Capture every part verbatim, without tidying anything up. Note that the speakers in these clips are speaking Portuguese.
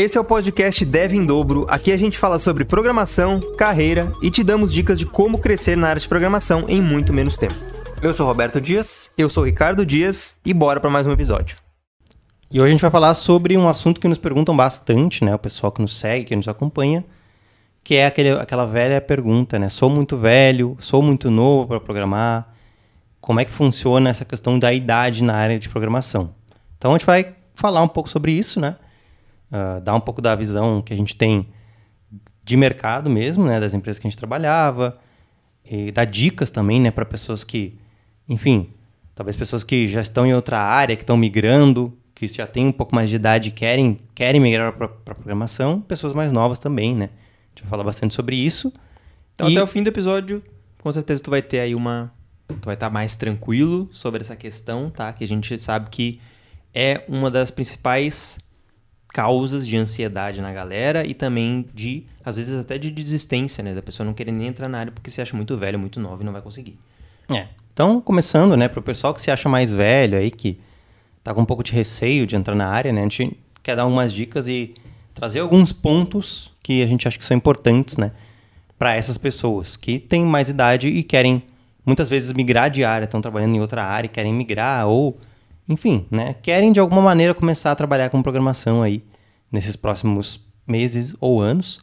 Esse é o podcast Dev em Dobro. Aqui a gente fala sobre programação, carreira e te damos dicas de como crescer na área de programação em muito menos tempo. Eu sou Roberto Dias, eu sou Ricardo Dias e bora para mais um episódio. E hoje a gente vai falar sobre um assunto que nos perguntam bastante, né? O pessoal que nos segue, que nos acompanha, que é aquele, aquela velha pergunta, né? Sou muito velho, sou muito novo para programar. Como é que funciona essa questão da idade na área de programação? Então a gente vai falar um pouco sobre isso, né? Uh, dar um pouco da visão que a gente tem de mercado mesmo, né? Das empresas que a gente trabalhava. E dar dicas também, né? Para pessoas que, enfim, talvez pessoas que já estão em outra área, que estão migrando, que já têm um pouco mais de idade e querem, querem migrar para a programação. Pessoas mais novas também, né? A gente vai falar bastante sobre isso. Então e... até o fim do episódio, com certeza tu vai ter aí uma... Tu vai estar mais tranquilo sobre essa questão, tá? Que a gente sabe que é uma das principais causas de ansiedade na galera e também de, às vezes, até de desistência, né? Da pessoa não querer nem entrar na área porque se acha muito velho, muito novo e não vai conseguir. É. Então, começando, né? Para o pessoal que se acha mais velho aí, que tá com um pouco de receio de entrar na área, né? A gente quer dar algumas dicas e trazer alguns pontos que a gente acha que são importantes, né? Para essas pessoas que têm mais idade e querem, muitas vezes, migrar de área, estão trabalhando em outra área, querem migrar ou... Enfim, né? Querem de alguma maneira começar a trabalhar com programação aí nesses próximos meses ou anos.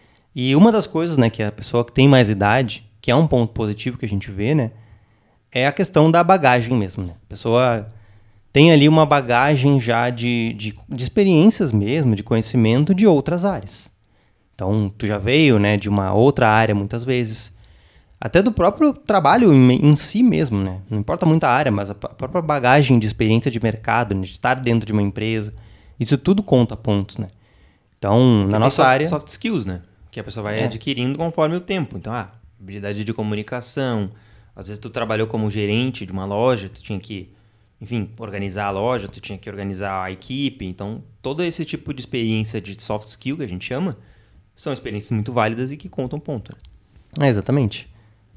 E uma das coisas, né, que a pessoa que tem mais idade, que é um ponto positivo que a gente vê, né, é a questão da bagagem mesmo, né? A pessoa tem ali uma bagagem já de, de, de experiências mesmo, de conhecimento de outras áreas. Então, tu já veio, né, de uma outra área muitas vezes. Até do próprio trabalho em, em si mesmo, né? Não importa muito a área, mas a própria bagagem de experiência de mercado, de estar dentro de uma empresa, isso tudo conta pontos, né? Então, na nossa soft, área... soft skills, né? Que a pessoa vai é. adquirindo conforme o tempo. Então, ah, habilidade de comunicação. Às vezes tu trabalhou como gerente de uma loja, tu tinha que, enfim, organizar a loja, tu tinha que organizar a equipe. Então, todo esse tipo de experiência de soft skill, que a gente chama, são experiências muito válidas e que contam ponto. Né? É, exatamente.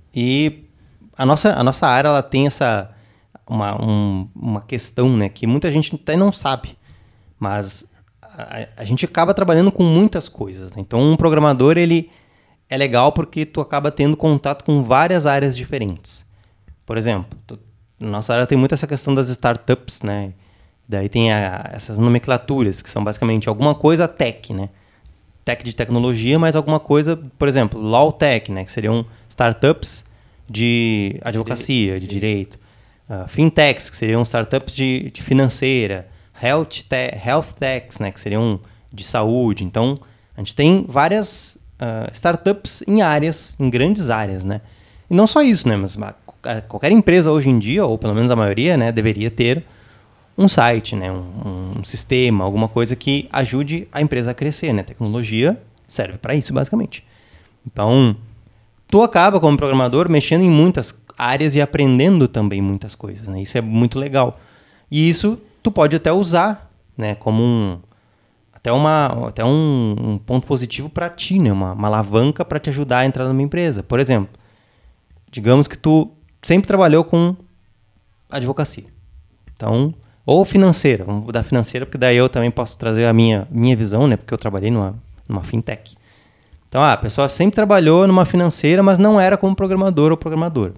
E a nossa, a nossa área, ela tem essa, uma, um, uma questão, né, que muita gente até não sabe, mas a, a gente acaba trabalhando com muitas coisas, né? Então, um programador, ele é legal porque tu acaba tendo contato com várias áreas diferentes. Por exemplo, tu, na nossa área tem muito essa questão das startups, né? Daí tem a, essas nomenclaturas, que são basicamente alguma coisa tech, né? Tech de tecnologia, mas alguma coisa, por exemplo, law tech, né? Que seriam startups de advocacia, de direito. Uh, fintechs, que seriam startups de, de financeira. Health, te- health techs, né? Que seriam de saúde. Então, a gente tem várias uh, startups em áreas, em grandes áreas, né? E não só isso, né? Mas qualquer empresa hoje em dia, ou pelo menos a maioria, né? Deveria ter um site, né? Um, um sistema, alguma coisa que ajude a empresa a crescer, né? Tecnologia serve para isso, basicamente. Então, tu acaba, como programador, mexendo em muitas áreas e aprendendo também muitas coisas, né? Isso é muito legal. E isso tu pode até usar, né? Como um... Até, uma, até um, um ponto positivo para ti, né? Uma, uma alavanca para te ajudar a entrar numa empresa. Por exemplo, digamos que tu sempre trabalhou com advocacia. Então... Ou financeira, vamos mudar financeira, porque daí eu também posso trazer a minha, minha visão, né? Porque eu trabalhei numa, numa fintech. Então, ah, a pessoa sempre trabalhou numa financeira, mas não era como programador ou programadora.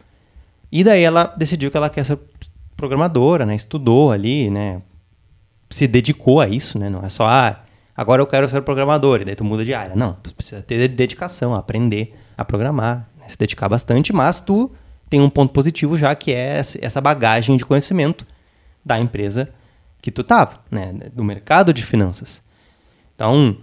E daí ela decidiu que ela quer ser programadora, né? Estudou ali, né? Se dedicou a isso, né? Não é só, ah, agora eu quero ser programador, e daí tu muda de área. Não, tu precisa ter dedicação, aprender a programar, né? Se dedicar bastante, mas tu tem um ponto positivo já, que é essa bagagem de conhecimento da empresa que tu tava, né? Do mercado de finanças. Então,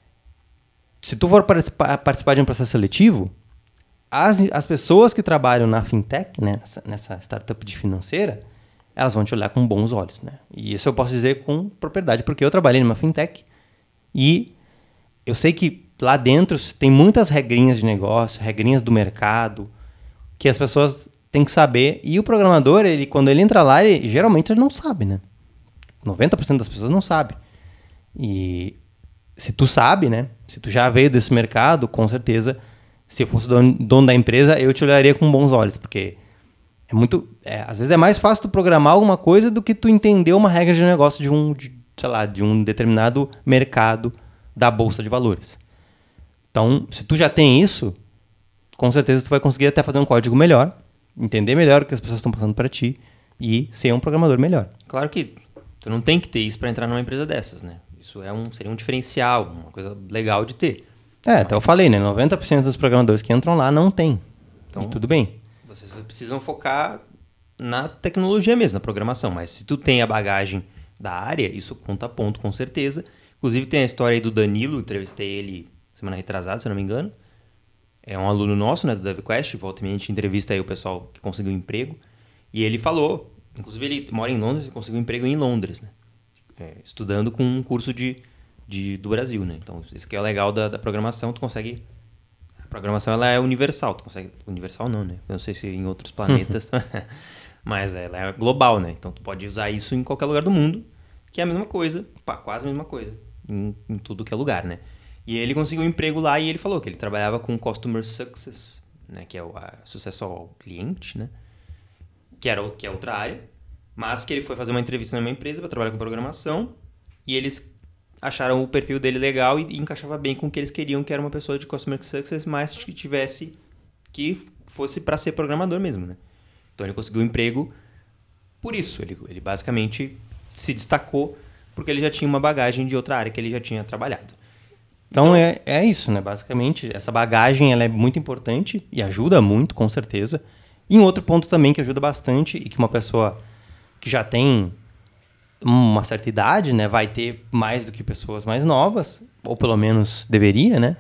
se tu for participar, participar de um processo seletivo, as, as pessoas que trabalham na fintech, né? nessa, nessa startup de financeira, elas vão te olhar com bons olhos, né? E isso eu posso dizer com propriedade, porque eu trabalhei numa fintech e eu sei que lá dentro tem muitas regrinhas de negócio, regrinhas do mercado, que as pessoas têm que saber. E o programador, ele, quando ele entra lá, ele, geralmente ele não sabe, né? noventa por cento das pessoas não sabe. E se tu sabe, né? Se tu já veio desse mercado, com certeza, se eu fosse dono, dono da empresa, eu te olharia com bons olhos, porque é muito... É, às vezes é mais fácil tu programar alguma coisa do que tu entender uma regra de negócio de um, de, sei lá, de um determinado mercado da Bolsa de Valores. Então, se tu já tem isso, com certeza tu vai conseguir até fazer um código melhor, entender melhor o que as pessoas estão passando para ti e ser um programador melhor. Claro que tu não tem que ter isso para entrar numa empresa dessas, né? Isso é um, seria um diferencial, uma coisa legal de ter. É, Mas... até eu falei, né? noventa por cento dos programadores que entram lá não tem. Então, e tudo bem. Vocês precisam focar na tecnologia mesmo, na programação. Mas se tu tem a bagagem da área, isso conta ponto, com certeza. Inclusive tem a história aí do Danilo, entrevistei ele semana retrasada, se eu não me engano. É um aluno nosso, né, do DevQuest, volta e meia a gente entrevista aí o pessoal que conseguiu emprego. E ele falou, inclusive ele mora em Londres e conseguiu emprego em Londres, né? É, estudando com um curso de, de, do Brasil, né? Então, isso que é legal da, da programação, tu consegue... A programação, ela é universal, tu consegue... Universal não, né? Eu não sei se em outros planetas... Mas ela é global, né? Então, tu pode usar isso em qualquer lugar do mundo, que é a mesma coisa, pá, quase a mesma coisa, em, em tudo que é lugar, né? E ele conseguiu um emprego lá e ele falou que ele trabalhava com Customer Success, né? Que é o a, sucesso ao cliente, né? Que, era, que é outra área, mas que ele foi fazer uma entrevista numa empresa para trabalhar com programação e eles acharam o perfil dele legal e, e encaixava bem com o que eles queriam, que era uma pessoa de Customer Success, mas que tivesse, que fosse para ser programador mesmo, né? Então ele conseguiu um emprego por isso, ele, ele basicamente se destacou porque ele já tinha uma bagagem de outra área que ele já tinha trabalhado. Então, então é, é isso, né? Basicamente, essa bagagem ela é muito importante e ajuda muito, com certeza. E um outro ponto também que ajuda bastante e que uma pessoa que já tem uma certa idade, né, vai ter mais do que pessoas mais novas, ou pelo menos deveria, né?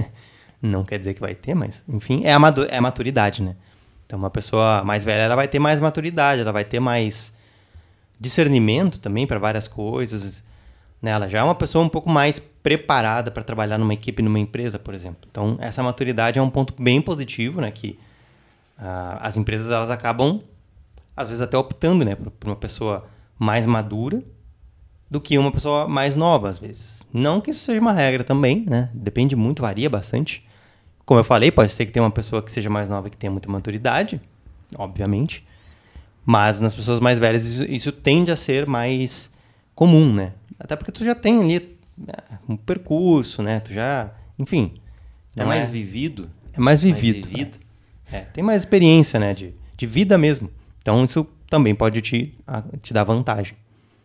Não quer dizer que vai ter, mas enfim, é a, madu- é a maturidade, né? Então, uma pessoa mais velha ela vai ter mais maturidade, ela vai ter mais discernimento também para várias coisas, né? Ela já é uma pessoa um pouco mais preparada para trabalhar numa equipe, numa empresa, por exemplo. Então, essa maturidade é um ponto bem positivo, né? Que uh, as empresas elas acabam, às vezes, até optando, né? Por, por uma pessoa mais madura do que uma pessoa mais nova, às vezes. Não que isso seja uma regra também, né? Depende muito, varia bastante. Como eu falei, pode ser que tenha uma pessoa que seja mais nova e que tenha muita maturidade, obviamente. Mas nas pessoas mais velhas isso, isso tende a ser mais comum, né? Até porque tu já tem ali um percurso, né? Tu já, enfim. É mais é, vivido. É mais vivido. Mais vivido. É, tem mais experiência, né? De, de vida mesmo. Então isso também pode te, a, te dar vantagem.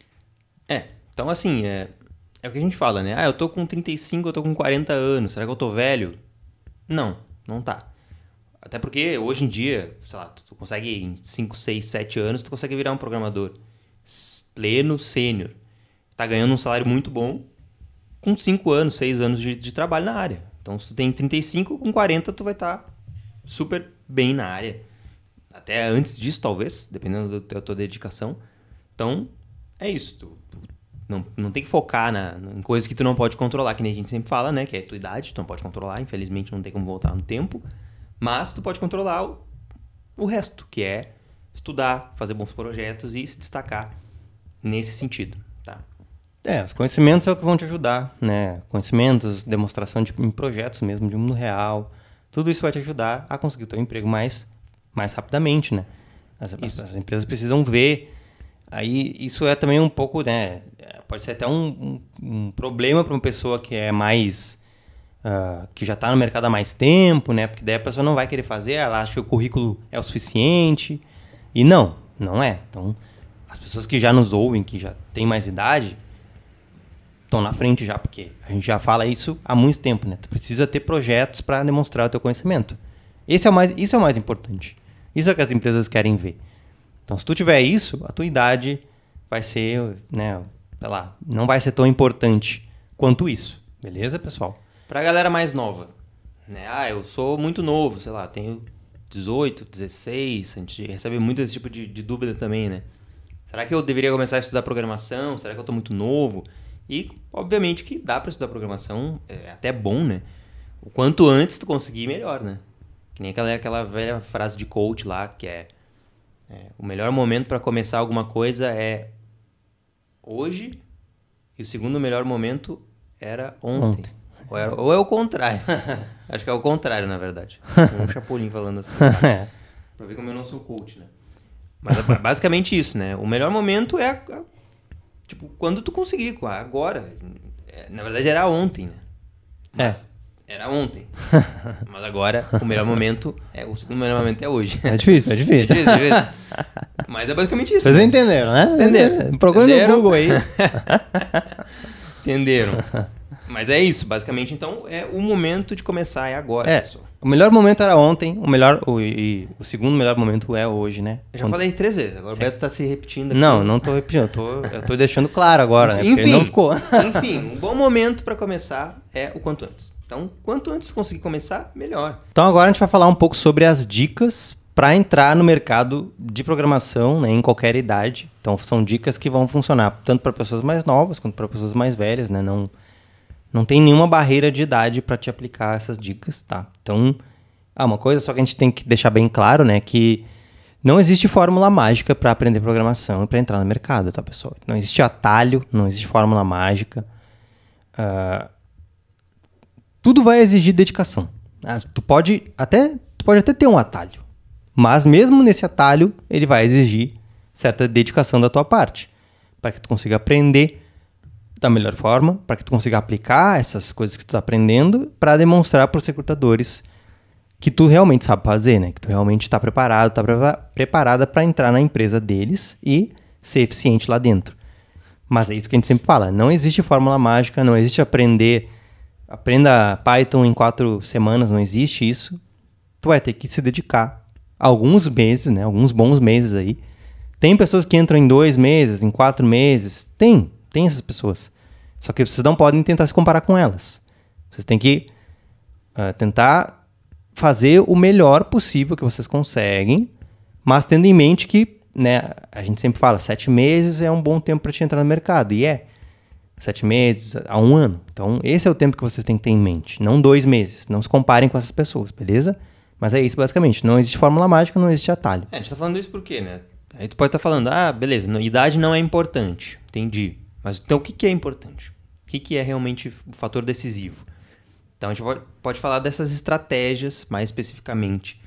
É, então assim, é, é o que a gente fala, né? Ah, eu tô com trinta e cinco, eu tô com quarenta anos, será que eu tô velho? Não, não tá. Até porque hoje em dia, sei lá, tu consegue em cinco, seis, sete anos, tu consegue virar um programador pleno, sênior. Tá ganhando um salário muito bom com cinco anos, seis anos de, de trabalho na área. Então, se tu tem trinta e cinco, com quarenta tu vai estar tá super bem na área. Até antes disso, talvez, dependendo da tua dedicação. Então, é isso. Tu, tu não, não tem que focar na, em coisas que tu não pode controlar, que nem a gente sempre fala, né? Que é a tua idade, tu não pode controlar. Infelizmente, não tem como voltar no tempo. Mas tu pode controlar o, o resto, que é estudar, fazer bons projetos e se destacar nesse sentido, tá? É, os conhecimentos é o que vão te ajudar, né? Conhecimentos, demonstração de, em projetos mesmo, de mundo real. Tudo isso vai te ajudar a conseguir o teu emprego mais, mais rapidamente, né? As, as, as empresas precisam ver. Aí isso é também um pouco, né? Pode ser até um, um, um problema para uma pessoa que é mais... Uh, que já está no mercado há mais tempo, né? Porque daí a pessoa não vai querer fazer, ela acha que o currículo é o suficiente. E não, não é. Então, as pessoas que já nos ouvem, que já têm mais idade, estão na frente já, porque a gente já fala isso há muito tempo, né? Tu precisa ter projetos para demonstrar o teu conhecimento. Esse é o mais, isso é o mais importante. Isso é o que as empresas querem ver. Então, se tu tiver isso, a tua idade vai ser, né, sei lá, não vai ser tão importante quanto isso. Beleza, pessoal? Pra galera mais nova, né? Ah, eu sou muito novo, sei lá, tenho dezoito, dezesseis, a gente recebe muito esse tipo de, de dúvida também, né? Será que eu deveria começar a estudar programação? Será que eu tô muito novo? E, obviamente, que dá pra estudar programação, é até bom, né? O quanto antes tu conseguir, melhor, né? Que nem aquela, aquela velha frase de coach lá, que é, é o melhor momento pra começar alguma coisa é hoje e o segundo melhor momento era ontem. ontem. Ou, era, ou é o contrário. Acho que é o contrário, na verdade. Um chapulinho falando assim. Pra ver como eu não sou coach, né? Mas é basicamente isso, né? O melhor momento é, tipo, quando tu conseguir. Agora. Na verdade era ontem, né? Mas É. Era ontem. Mas agora o melhor momento é o segundo melhor momento é hoje. É difícil, é difícil. É difícil, é difícil. Mas é basicamente isso. Vocês né? entenderam, né? Entenderam. Procura Entenderam? no Google aí. Entenderam. Mas é isso, basicamente, então, é o momento de começar, é agora, É, pessoal. o melhor momento era ontem, o melhor o, e, o segundo melhor momento é hoje, né? Eu já falei três vezes, agora o Beto tá se repetindo aqui. Não, não tô repetindo, eu tô, eu tô deixando claro agora, né? Porque Enfim, não ficou. enfim, um bom momento para começar é o quanto antes. Então, quanto antes conseguir começar, melhor. Então agora a gente vai falar um pouco sobre as dicas para entrar no mercado de programação, né, em qualquer idade. Então são dicas que vão funcionar tanto para pessoas mais novas quanto para pessoas mais velhas, né? Não, não tem nenhuma barreira de idade para te aplicar essas dicas, tá? Então, ah, uma coisa só que a gente tem que deixar bem claro, né, que não existe fórmula mágica para aprender programação e para entrar no mercado, tá, pessoal? Não existe atalho, não existe fórmula mágica. Uh, tudo vai exigir dedicação. Ah, tu pode até, tu pode até ter um atalho, mas mesmo nesse atalho, ele vai exigir certa dedicação da tua parte, para que tu consiga aprender da melhor forma, para que tu consiga aplicar essas coisas que tu está aprendendo para demonstrar para os recrutadores que tu realmente sabe fazer, né? Que tu realmente está preparado, está pre- preparada para entrar na empresa deles e ser eficiente lá dentro. Mas é isso que a gente sempre fala, não existe fórmula mágica, não existe aprender, aprenda Python em quatro semanas, não existe isso. Tu vai ter que se dedicar alguns meses, né? Alguns bons meses aí. Tem pessoas que entram em dois meses, em quatro meses, tem. Tem essas pessoas. Só que vocês não podem tentar se comparar com elas. Vocês têm que uh, tentar fazer o melhor possível que vocês conseguem, mas tendo em mente que, né, a gente sempre fala, sete meses é um bom tempo para te entrar no mercado. E é. Sete meses a um ano. Então, esse é o tempo que vocês têm que ter em mente. Não dois meses. Não se comparem com essas pessoas, beleza? Mas é isso, basicamente. Não existe fórmula mágica, não existe atalho. É, a gente tá falando isso por quê, né? Aí tu pode estar tá falando, ah, beleza, não, idade não é importante. Entendi. Mas então o que, que é importante? O que, que é realmente o fator decisivo? Então a gente pode, pode falar dessas estratégias mais especificamente.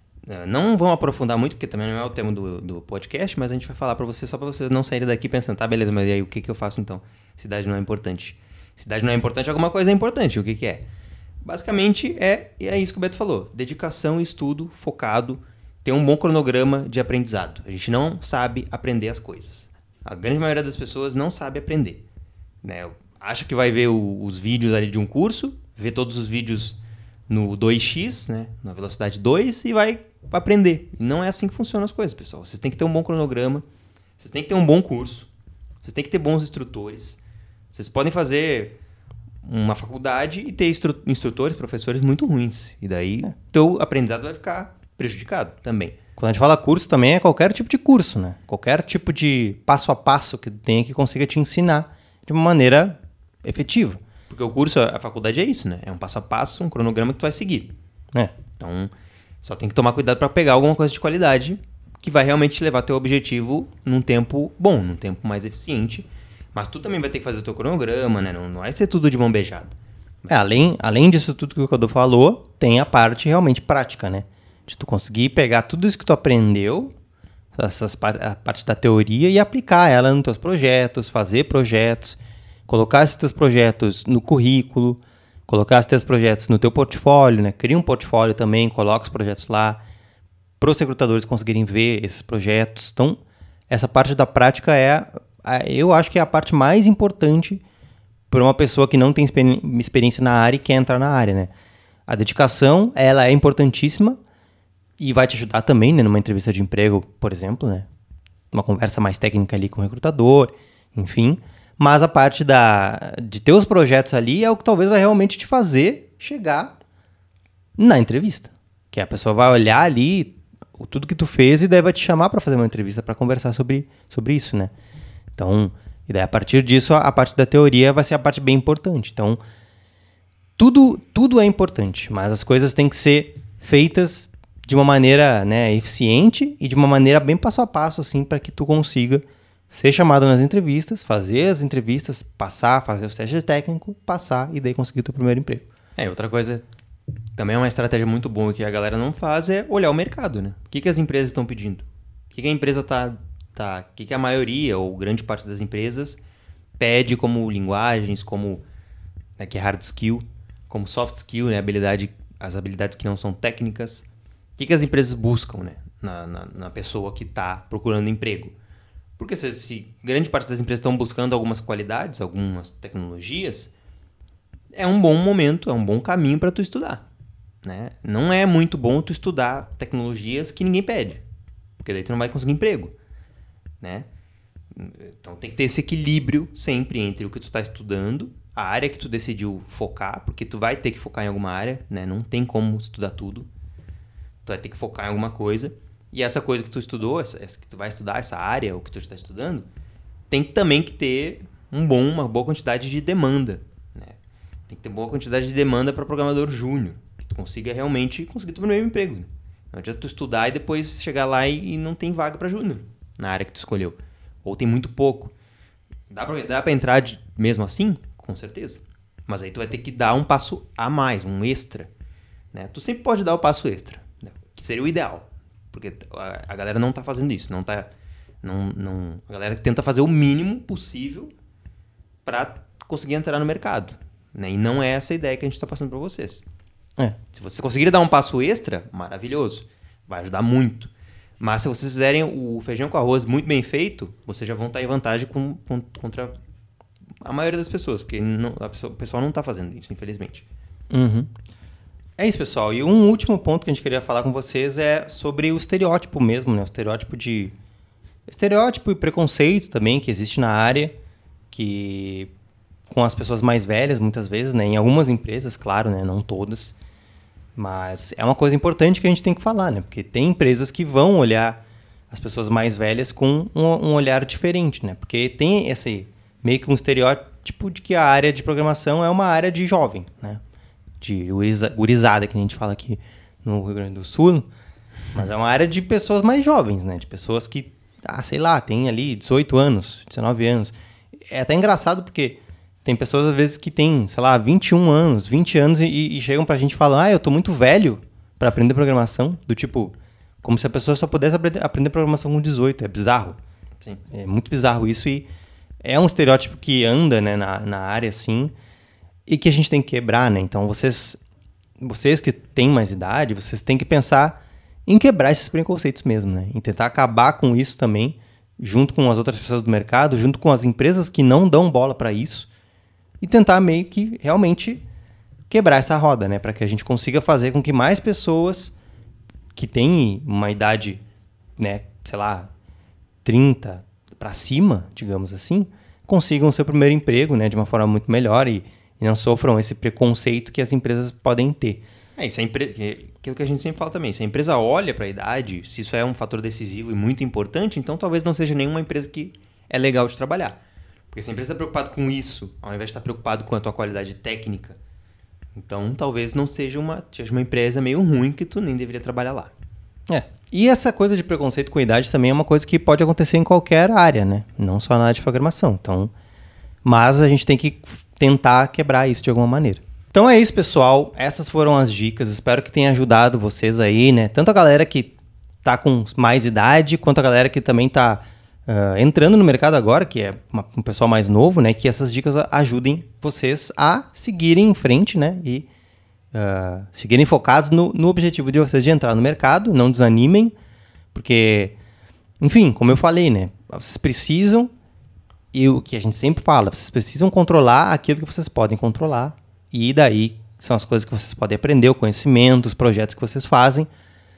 Não vamos aprofundar muito, porque também não é o tema do, do podcast, mas a gente vai falar para vocês só para vocês não saírem daqui pensando, tá, beleza, mas e aí o que, que eu faço então? Cidade não é importante. Cidade não é importante, alguma coisa é importante. O que, que é? Basicamente é, é isso que o Beto falou. Dedicação, estudo, focado, ter um bom cronograma de aprendizado. A gente não sabe aprender as coisas. A grande maioria das pessoas não sabe aprender, né? Acha que vai ver o, os vídeos ali de um curso, vê todos os vídeos no dois x, né? Na velocidade dois, e vai aprender. E não é assim que funcionam as coisas, pessoal. Vocês têm que ter um bom cronograma, vocês têm que ter um bom curso, vocês têm que ter bons instrutores. Vocês podem fazer uma faculdade e ter instru- instrutores, professores muito ruins. E daí é. teu aprendizado vai ficar prejudicado também. Quando a gente fala curso também é qualquer tipo de curso, né? Qualquer tipo de passo a passo que tu tenha que consiga te ensinar de uma maneira efetiva. Porque o curso, a faculdade é isso, né? É um passo a passo, um cronograma que tu vai seguir. É. Então, só tem que tomar cuidado para pegar alguma coisa de qualidade que vai realmente te levar ao teu objetivo num tempo bom, num tempo mais eficiente. Mas tu também vai ter que fazer o teu cronograma, né? Não, não vai ser tudo de mão beijada. É, além, além disso tudo que o Cadu falou, tem a parte realmente prática, né? De tu conseguir pegar tudo isso que tu aprendeu, essas, a parte da teoria, e aplicar ela nos teus projetos, fazer projetos, colocar esses teus projetos no currículo, colocar esses teus projetos no teu portfólio, né? Cria um portfólio também, coloca os projetos lá, para os recrutadores conseguirem ver esses projetos. Então, essa parte da prática é, eu acho que é a parte mais importante para uma pessoa que não tem experiência na área e quer entrar na área, né? A dedicação, ela é importantíssima, e vai te ajudar também, né, numa entrevista de emprego, por exemplo, né? Uma conversa mais técnica ali com o recrutador, enfim. Mas a parte da, de ter os projetos ali é o que talvez vai realmente te fazer chegar na entrevista. Que a pessoa vai olhar ali tudo que tu fez e daí vai te chamar para fazer uma entrevista para conversar sobre, sobre isso, né? Então, e daí a partir disso, a, a parte da teoria vai ser a parte bem importante. Então, tudo, tudo é importante, mas as coisas têm que ser feitas de uma maneira, né, eficiente e de uma maneira bem passo a passo, assim, para que tu consiga ser chamado nas entrevistas, fazer as entrevistas, passar, fazer os testes técnicos, passar e daí conseguir o teu primeiro emprego. É, outra coisa, também é uma estratégia muito boa que a galera não faz, é olhar o mercado, né? O que, que as empresas estão pedindo? O que, que a empresa tá, tá... O que, que a maioria ou grande parte das empresas pede como linguagens, como né, que é hard skill, como soft skill, né, habilidade, as habilidades que não são técnicas. O que, que as empresas buscam, né, na, na, na pessoa que está procurando emprego? Porque se, se grande parte das empresas estão buscando algumas qualidades, algumas tecnologias, é um bom momento, é um bom caminho para tu estudar. Né? Não é muito bom tu estudar tecnologias que ninguém pede, porque daí tu não vai conseguir emprego. Né? Então tem que ter esse equilíbrio sempre entre o que tu está estudando, a área que tu decidiu focar, porque tu vai ter que focar em alguma área, né? Não tem como estudar tudo. Tu vai ter que focar em alguma coisa. E essa coisa que tu estudou, essa, essa que tu vai estudar, essa área, ou que tu está estudando, tem também que ter um bom, uma boa quantidade de demanda. Né? Tem que ter boa quantidade de demanda para programador júnior, que tu consiga realmente conseguir teu primeiro emprego. Não adianta tu estudar e depois chegar lá e, e não tem vaga para júnior na área que tu escolheu. Ou tem muito pouco. Dá pra, dá pra entrar de, mesmo assim? Com certeza. Mas aí tu vai ter que dar um passo a mais, um extra. Né? Tu sempre pode dar o passo extra, né? Que seria o ideal. Porque a, a galera não tá fazendo isso. Não tá, não, não, a galera tenta fazer o mínimo possível para conseguir entrar no mercado. Né? E não é essa a ideia que a gente está passando para vocês. É. Se vocês conseguirem dar um passo extra, maravilhoso. Vai ajudar muito. Mas se vocês fizerem o feijão com arroz muito bem feito, vocês já vão estar em vantagem com, com, contra a maioria das pessoas. Porque não, a pessoa, o pessoal não está fazendo isso, infelizmente. Uhum. É isso, pessoal. E um último ponto que a gente queria falar com vocês é sobre o estereótipo mesmo, né? O estereótipo de... Estereótipo e preconceito também que existe na área, que com as pessoas mais velhas, muitas vezes, né? Em algumas empresas, claro, né? Não todas. Mas é uma coisa importante que a gente tem que falar, né? Porque tem empresas que vão olhar as pessoas mais velhas com um, um olhar diferente, né? Porque tem esse meio que um estereótipo de que a área de programação é uma área de jovem, né? De gurizada, que a gente fala aqui no Rio Grande do Sul. Mas é uma área de pessoas mais jovens, né? De pessoas que, ah, sei lá, tem ali dezoito anos, dezenove anos. É até engraçado porque tem pessoas, às vezes, que têm, sei lá, vinte e um anos, vinte anos e, e chegam pra gente e falam, ah, eu tô muito velho pra aprender programação. Do tipo, como se a pessoa só pudesse aprender, aprender programação com dezoito. É bizarro. Sim. É muito bizarro isso e é um estereótipo que anda, né, na, na área, assim, e que a gente tem que quebrar, né? Então, vocês, vocês que têm mais idade, vocês têm que pensar em quebrar esses preconceitos mesmo, né? Em tentar acabar com isso também, junto com as outras pessoas do mercado, junto com as empresas que não dão bola para isso, e tentar meio que realmente quebrar essa roda, né? Para que a gente consiga fazer com que mais pessoas que têm uma idade, né, sei lá, trinta para cima, digamos assim, consigam o seu primeiro emprego, né, de uma forma muito melhor e, e não sofram esse preconceito que as empresas podem ter. É, isso é empre... aquilo que a gente sempre fala também. Se a empresa olha para a idade, se isso é um fator decisivo e muito importante, então talvez não seja nenhuma empresa que é legal de trabalhar. Porque se a empresa está preocupada com isso, ao invés de estar preocupado com a tua qualidade técnica, então talvez não seja uma, seja uma empresa meio ruim que tu nem deveria trabalhar lá. É. E essa coisa de preconceito com idade também é uma coisa que pode acontecer em qualquer área, né? Não só na área de programação. Então, mas a gente tem que tentar quebrar isso de alguma maneira. Então é isso, pessoal. Essas foram as dicas. Espero que tenha ajudado vocês aí, né? Tanto a galera que tá com mais idade, quanto a galera que também tá uh, entrando no mercado agora, que é uma, um pessoal mais novo, né? Que essas dicas ajudem vocês a seguirem em frente, né? E uh, seguirem focados no, no objetivo de vocês de entrar no mercado. Não desanimem, porque, enfim, como eu falei, né? Vocês precisam, e o que a gente sempre fala, vocês precisam controlar aquilo que vocês podem controlar. E daí são as coisas que vocês podem aprender, o conhecimento, os projetos que vocês fazem,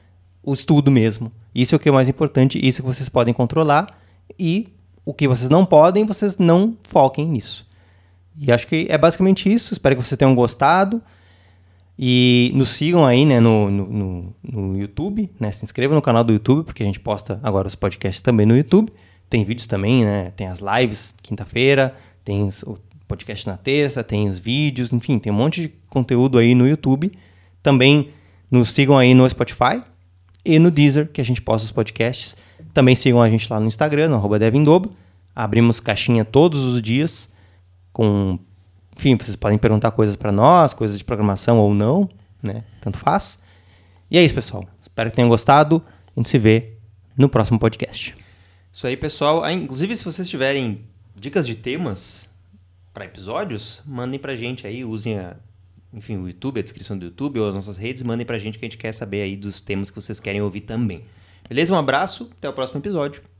o estudo mesmo. Isso é o que é mais importante, isso que vocês podem controlar. E o que vocês não podem, vocês não foquem nisso. E acho que é basicamente isso. Espero que vocês tenham gostado. E nos sigam aí, né, no, no, no, no YouTube, né? Se inscrevam no canal do YouTube, porque a gente posta agora os podcasts também no YouTube. Tem vídeos também, né? Tem as lives quinta-feira, tem os, o podcast na terça, tem os vídeos, enfim, tem um monte de conteúdo aí no YouTube. Também nos sigam aí no Spotify e no Deezer, que a gente posta os podcasts. Também sigam a gente lá no Instagram, no arroba devindobo. Abrimos caixinha todos os dias com... Enfim, vocês podem perguntar coisas para nós, coisas de programação ou não, né? Tanto faz. E é isso, pessoal. Espero que tenham gostado. A gente se vê no próximo podcast. Isso aí, pessoal. Ah, inclusive, se vocês tiverem dicas de temas para episódios, mandem pra gente aí, usem a, enfim, o YouTube, a descrição do YouTube ou as nossas redes, mandem pra gente que a gente quer saber aí dos temas que vocês querem ouvir também. Beleza? Um abraço, até o próximo episódio.